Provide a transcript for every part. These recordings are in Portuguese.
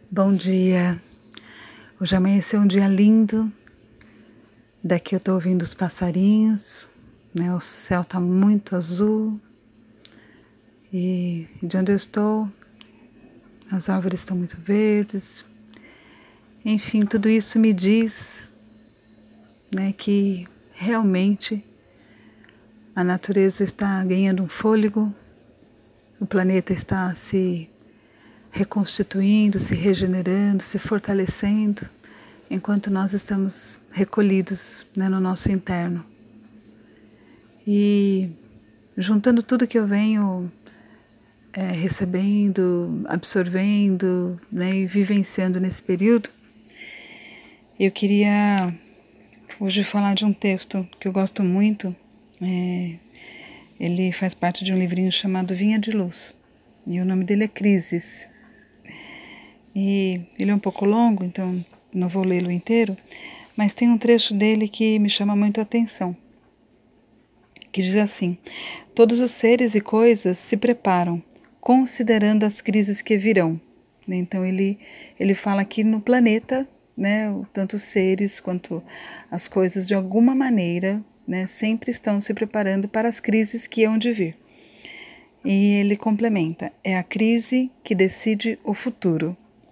Bom dia, hoje amanheceu um dia lindo, daqui eu tô ouvindo os passarinhos, né? O céu tá muito azul e de onde eu estou as árvores estão muito verdes, enfim, tudo isso me diz, né, que realmente a natureza está ganhando um fôlego, o planeta está se reconstituindo, se regenerando, se fortalecendo, enquanto nós estamos recolhidos, né, no nosso interno. E juntando tudo que eu venho recebendo, absorvendo, né, e vivenciando nesse período, eu queria hoje falar de um texto que eu gosto muito. Ele faz parte de um livrinho chamado Vinha de Luz, e o nome dele é Crises. E ele é um pouco longo, então não vou lê-lo inteiro, mas tem um trecho dele que me chama muito a atenção, que diz assim: todos os seres e coisas se preparam, considerando as crises que virão. Então ele fala que no planeta, né, tanto os seres quanto as coisas, de alguma maneira, né, sempre estão se preparando para as crises que hão de vir. E ele complementa: é a crise que decide o futuro.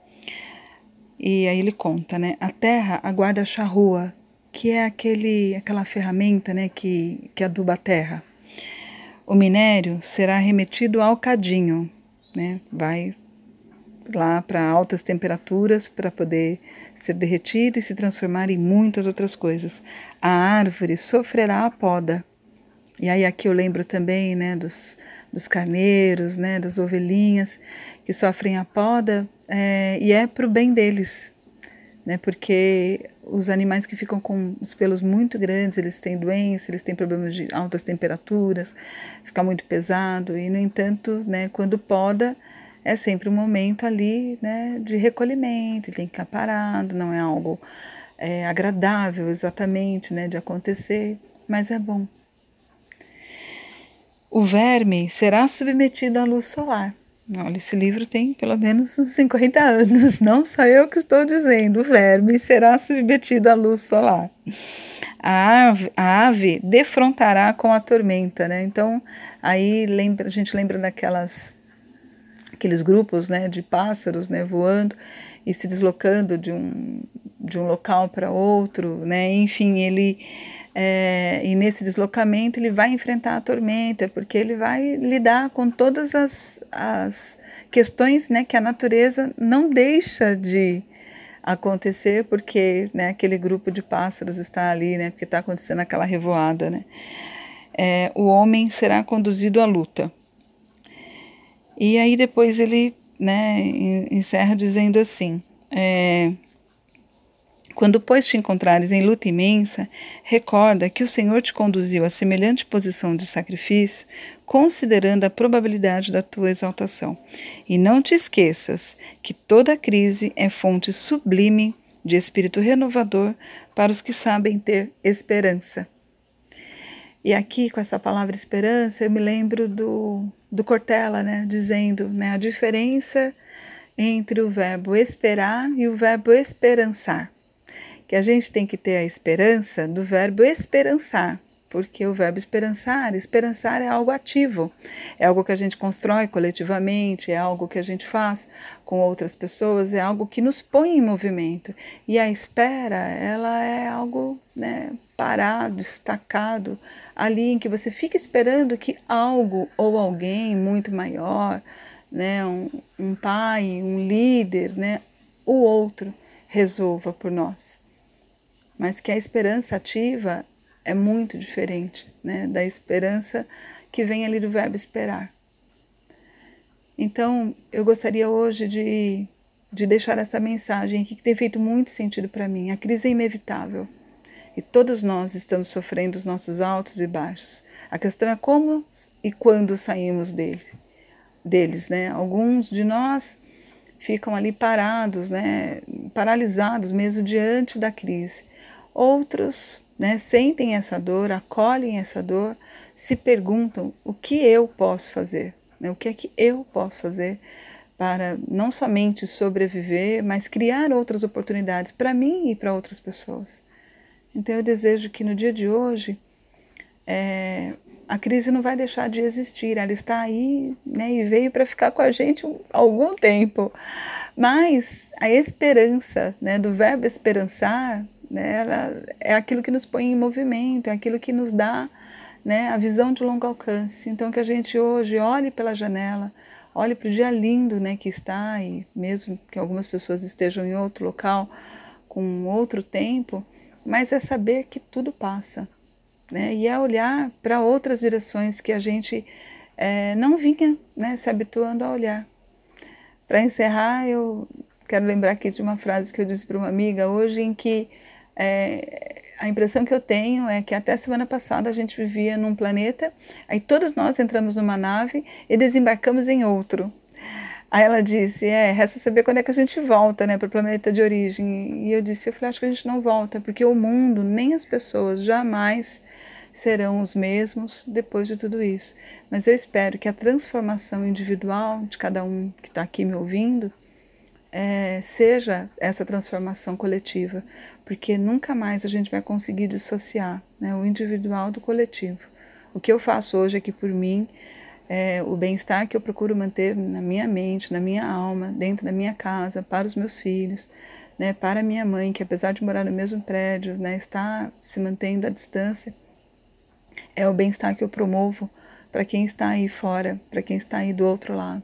E aí ele conta, né? A terra aguarda a charrua, que é aquela ferramenta, né, que aduba a terra. O minério será remetido ao cadinho, né? Vai lá para altas temperaturas para poder ser derretido e se transformar em muitas outras coisas. A árvore sofrerá a poda. E aí aqui eu lembro também, né, dos carneiros, né, das ovelhinhas que sofrem a poda, e é para o bem deles, né, porque os animais que ficam com os pelos muito grandes, eles têm doença, eles têm problemas de altas temperaturas, fica muito pesado, e no entanto, né, quando poda, é sempre um momento ali, né, de recolhimento, ele tem que ficar parado, não é algo agradável exatamente, né, de acontecer, mas é bom. O verme será submetido à luz solar. Olha, esse livro tem pelo menos uns 50 anos, não só eu que estou dizendo. O verme será submetido à luz solar. A ave defrontará com a tormenta, né? Então, aí a gente lembra aqueles grupos, né, de pássaros, né, voando e se deslocando de um local para outro, né? Enfim, e nesse deslocamento ele vai enfrentar a tormenta, porque ele vai lidar com todas as questões, né, que a natureza não deixa de acontecer, porque, né, aquele grupo de pássaros está ali, né, porque está acontecendo aquela revoada, né. O homem será conduzido à luta. E aí depois ele, né, encerra dizendo assim: quando, pois, te encontrares em luta imensa, recorda que o Senhor te conduziu a semelhante posição de sacrifício, considerando a probabilidade da tua exaltação. E não te esqueças que toda crise é fonte sublime de espírito renovador para os que sabem ter esperança. E aqui, com essa palavra esperança, eu me lembro do Cortella, né, dizendo, né, a diferença entre o verbo esperar e o verbo esperançar. Que a gente tem que ter a esperança do verbo esperançar, porque o verbo esperançar é algo ativo, é algo que a gente constrói coletivamente, é algo que a gente faz com outras pessoas, é algo que nos põe em movimento. E a espera, ela é algo, né, parado, estacado, ali em que você fica esperando que algo ou alguém muito maior, né, um pai, um líder, né, o outro resolva por nós. Mas que a esperança ativa é muito diferente, né, da esperança que vem ali do verbo esperar. Então, eu gostaria hoje de deixar essa mensagem aqui que tem feito muito sentido para mim. A crise é inevitável e todos nós estamos sofrendo os nossos altos e baixos. A questão é como e quando saímos deles, né? Alguns de nós ficam ali parados, né, paralisados mesmo diante da crise. Outros, né, sentem essa dor, acolhem essa dor, se perguntam o que eu posso fazer, né, o que é que eu posso fazer para não somente sobreviver, mas criar outras oportunidades para mim e para outras pessoas. Então eu desejo que no dia de hoje a crise não vai deixar de existir, ela está aí, né, e veio para ficar com a gente algum tempo. Mas a esperança, né, do verbo esperançar, né, ela é aquilo que nos põe em movimento, é aquilo que nos dá, né, a visão de longo alcance. Então que a gente hoje olhe pela janela, olhe para o dia lindo, né, que está, e mesmo que algumas pessoas estejam em outro local, com outro tempo, mas é saber que tudo passa, né, e é olhar para outras direções que a gente não vinha, né, se habituando a olhar. Para encerrar, eu quero lembrar aqui de uma frase que eu disse para uma amiga hoje, em que a impressão que eu tenho é que até semana passada a gente vivia num planeta, aí todos nós entramos numa nave e desembarcamos em outro. Aí ela disse, resta saber quando é que a gente volta, né, para o planeta de origem. E eu disse, acho que a gente não volta, porque o mundo, nem as pessoas, jamais serão os mesmos depois de tudo isso. Mas eu espero que a transformação individual de cada um que está aqui me ouvindo seja essa transformação coletiva, porque nunca mais a gente vai conseguir dissociar, né, o individual do coletivo. O que eu faço hoje aqui por mim, o bem-estar que eu procuro manter na minha mente, na minha alma, dentro da minha casa, para os meus filhos, né, para minha mãe, que apesar de morar no mesmo prédio, né, está se mantendo à distância, é o bem-estar que eu promovo para quem está aí fora, para quem está aí do outro lado.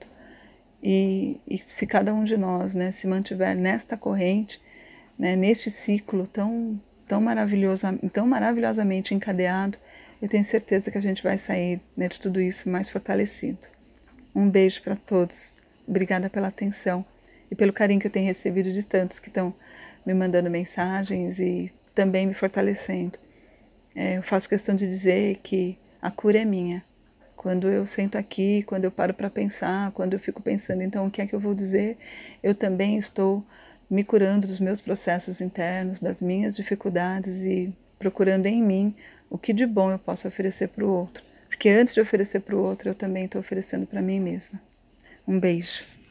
E se cada um de nós, né, se mantiver nesta corrente, né, neste ciclo tão maravilhosamente encadeado, eu tenho certeza que a gente vai sair, né, de tudo isso mais fortalecido. Um beijo para todos. Obrigada pela atenção e pelo carinho que eu tenho recebido de tantos que estão me mandando mensagens e também me fortalecendo. Eu faço questão de dizer que a cura é minha. Quando eu sento aqui, quando eu paro para pensar, quando eu fico pensando, então, o que é que eu vou dizer, eu também estou me curando dos meus processos internos, das minhas dificuldades e procurando em mim o que de bom eu posso oferecer para o outro. Porque antes de oferecer para o outro, eu também estou oferecendo para mim mesma. Um beijo.